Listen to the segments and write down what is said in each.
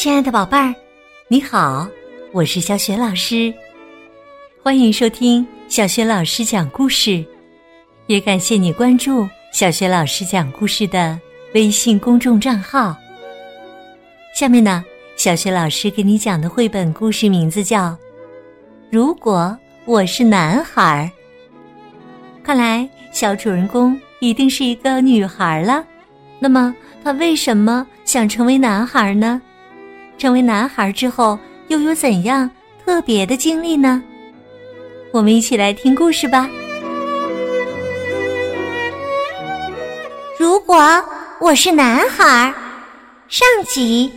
亲爱的宝贝儿，你好，我是小雪老师，欢迎收听小雪老师讲故事，也感谢你关注小雪老师讲故事的微信公众账号。下面呢，小雪老师给你讲的绘本故事名字叫《如果我是男孩》。看来小主人公一定是一个女孩了，那么她为什么想成为男孩呢？成为男孩之后又有怎样特别的经历呢？我们一起来听故事吧。 如果我是男孩，上集。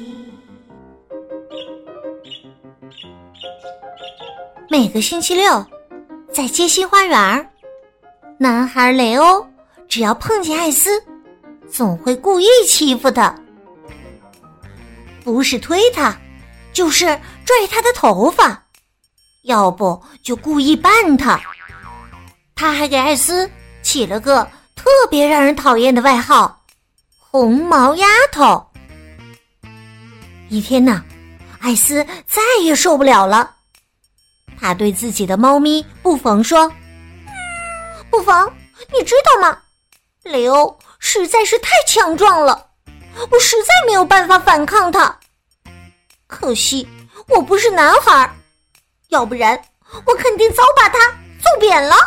每个星期六，在街心花园，男孩雷欧只要碰见艾斯，总会故意欺负他，不是推他，就是拽他的头发，要不就故意绊他。他还给艾斯起了个特别让人讨厌的外号——红毛丫头。一天呢，艾斯再也受不了了，他对自己的猫咪布冯说：“布冯，你知道吗？雷欧实在是太强壮了，我实在没有办法反抗他。可惜我不是男孩，要不然我肯定早把他揍扁了。”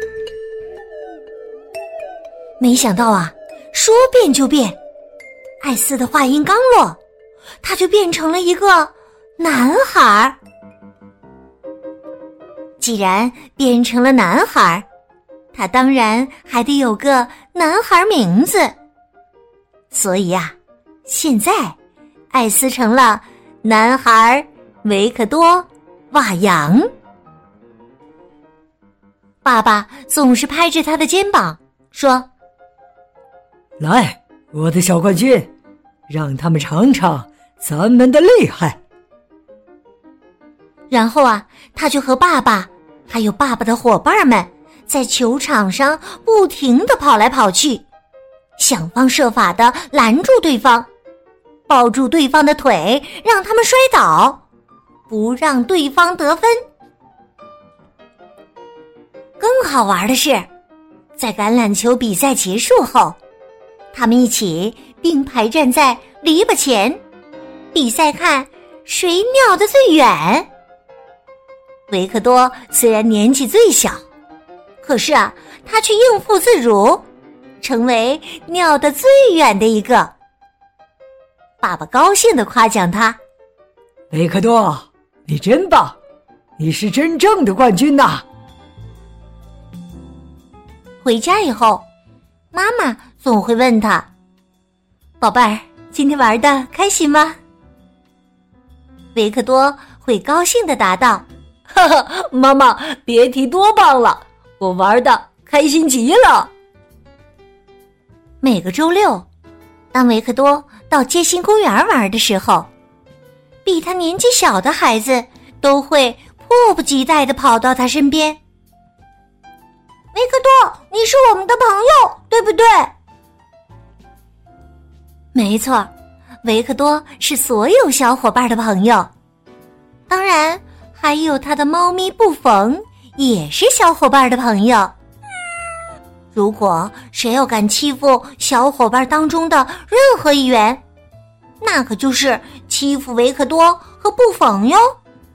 没想到啊，说变就变，艾斯的话音刚落，他就变成了一个男孩。既然变成了男孩，他当然还得有个男孩名字。所以啊，现在艾斯成了男孩维克多·瓦扬。爸爸总是拍着他的肩膀说：“ 来，我的小冠军，让他们尝尝咱们的厉害。” 然后啊，他就和爸爸还有爸爸的伙伴们在球场上不停地跑来跑去，想方设法地拦住对方，抱住对方的腿，让他们摔倒，不让对方得分。更好玩的是，在橄榄球比赛结束后，他们一起并排站在篱笆前，比赛看谁尿得最远。维克多虽然年纪最小，可是啊，他却应付自如，成为尿得最远的一个。爸爸高兴地夸奖他：“ 维克多，你真棒，你是真正的冠军呐！” 回家以后，妈妈总会问他：“ 宝贝儿，今天玩的开心吗？” 维克多会高兴地答道：“ 哈哈，妈妈别提多棒了，我玩的开心极了。” 每个周六，当维克多到街心公园玩的时候，比他年纪小的孩子都会迫不及待地跑到他身边。维克多，你是我们的朋友，对不对？没错，维克多是所有小伙伴的朋友，当然还有他的猫咪布冯也是小伙伴的朋友。如果谁要敢欺负小伙伴当中的任何一员，那可就是欺负维克多和布冯哟。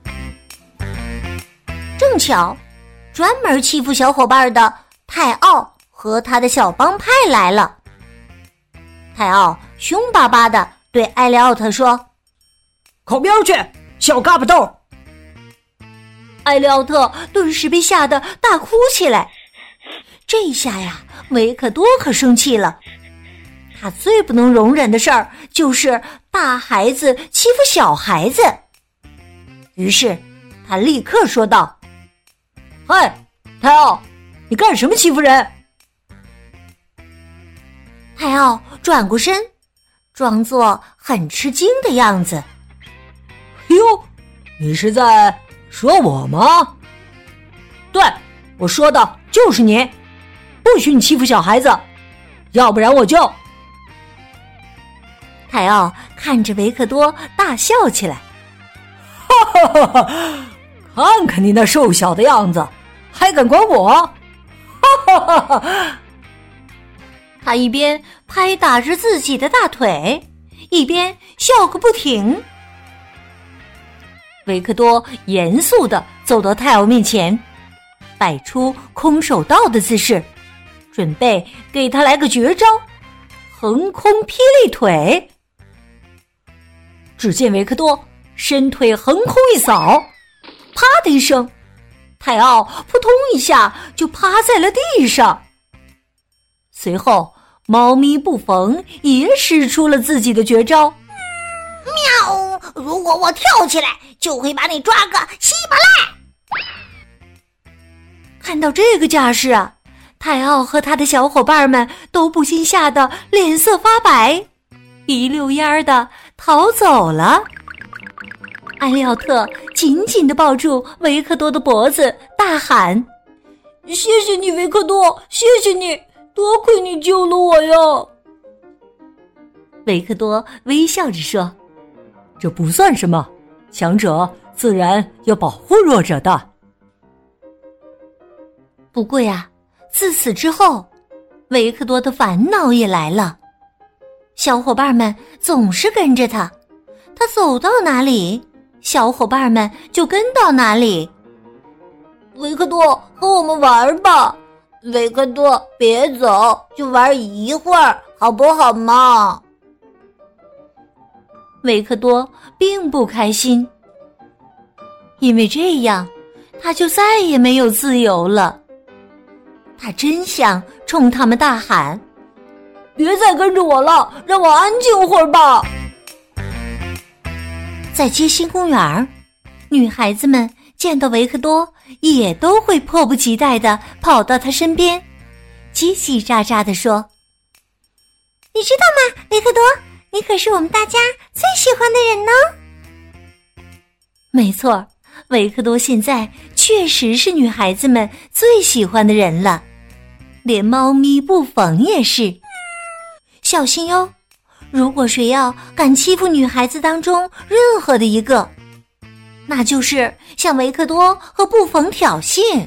正巧专门欺负小伙伴的泰奥和他的小帮派来了。泰奥凶巴巴地对埃利奥特说：“ 靠边去，小嘎巴豆！” 埃利奥特顿时被吓得大哭起来。 这下呀，维克多可生气了。他最不能容忍的事儿就是大孩子欺负小孩子。于是他立刻说道：“ 嗨，泰奥，你干什么欺负人？” 泰奥转过身，装作很吃惊的样子。 “哟，你是在说我吗？”“对，我说的就是你，不许你欺负小孩子，要不然我就……” 泰奥看着维克多大笑起来， 哈哈哈哈！看看你那瘦小的样子，还敢管我？哈哈哈哈！ 他一边拍打着自己的大腿，一边笑个不停。维克多严肃地走到泰奥面前，摆出空手道的姿势，准备给他来个绝招——横空霹雳腿。只见维克多伸腿横空一扫，啪的一声，泰奥扑通一下就趴在了地上。随后猫咪布冯也使出了自己的绝招， 喵！如果我跳起来，就会把你抓个稀巴烂。 看到这个架势啊，泰奥和他的小伙伴们都不禁吓得脸色发白，一溜烟儿的逃走了。艾利奥特紧紧地抱住维克多的脖子，大喊：“谢谢你，维克多，谢谢你，多亏你救了我哟！”维克多微笑着说：“ 这不算什么，强者自然要保护弱者的。” 不过呀，自此之后，维克多的烦恼也来了。小伙伴们总是跟着他，他走到哪里，小伙伴们就跟到哪里。维克多，和我们玩吧。维克多，别走，就玩一会儿，好不好嘛？维克多并不开心，因为这样，他就再也没有自由了。他真想冲他们大喊：“别再跟着我了，让我安静会儿吧！”在街心公园，女孩子们见到维克多，也都会迫不及待地跑到他身边，叽叽喳喳地说：“你知道吗，维克多，你可是我们大家最喜欢的人呢。”没错，维克多现在确实是女孩子们最喜欢的人了，连猫咪布冯也是。小心哟，如果谁要敢欺负女孩子当中任何的一个，那就是向维克多和布冯挑衅。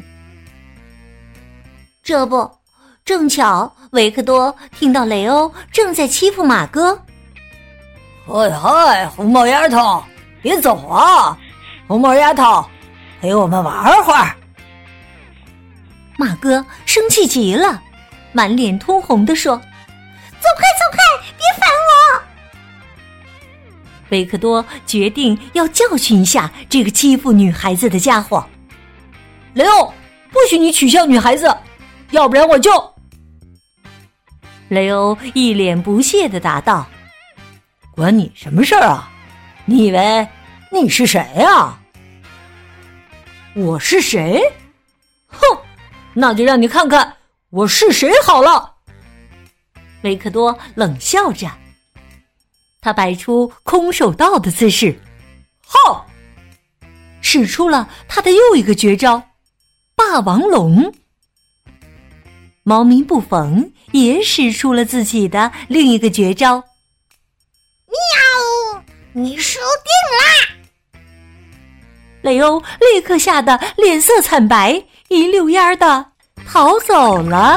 这不，正巧维克多听到雷欧正在欺负马哥。 嗨嗨，红帽丫头，别走啊！红帽丫头，陪我们玩会儿。 马哥生气极了，满脸通红地说：“走开走开，别烦我！”维克多决定要教训一下这个欺负女孩子的家伙。 雷欧，不许你取笑女孩子，要不然我就…… 雷欧一脸不屑地答道：“ 关你什么事儿啊？你以为你是谁啊？”“我是谁？哼，那就让你看看我是谁好了。” 维克多冷笑着，他摆出空手道的姿势， 吼， 使出了他的又一个绝招——霸王龙。猫咪布冯也使出了自己的另一个绝招。 喵！你输定啦！ 雷欧立刻吓得脸色惨白，一溜烟的逃走了。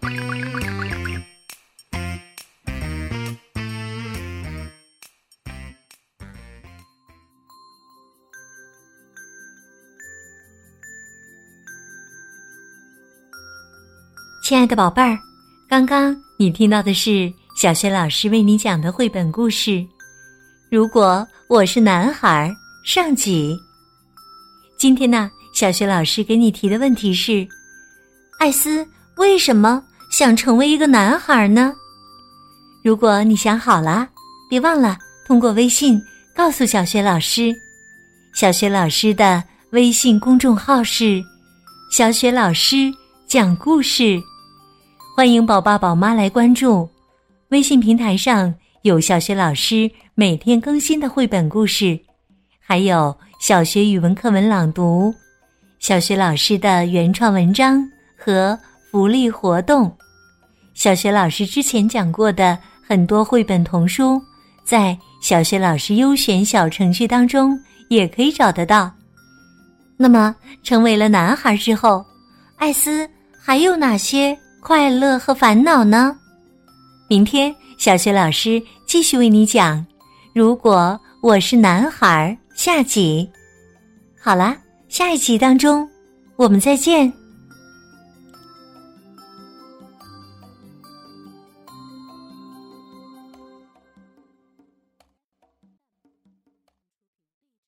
亲爱的宝贝儿，刚刚你听到的是小学老师为你讲的绘本故事《如果我是男孩》上集。今天呢，小学老师给你提的问题是：艾斯为什么想成为一个男孩呢？如果你想好了，别忘了通过微信告诉小学老师。小学老师的微信公众号是小学老师讲故事，欢迎宝爸宝妈来关注。微信平台上有小学老师每天更新的绘本故事，还有小学语文课文朗读、小学老师的原创文章和福利活动。小学老师之前讲过的很多绘本童书， 在小学老师优选小程序当中也可以找得到。那么，成为了男孩之后，艾斯还有哪些快乐和烦恼呢？明天小学老师继续为你讲如果我是男孩下集。好啦，下一集当中我们再见。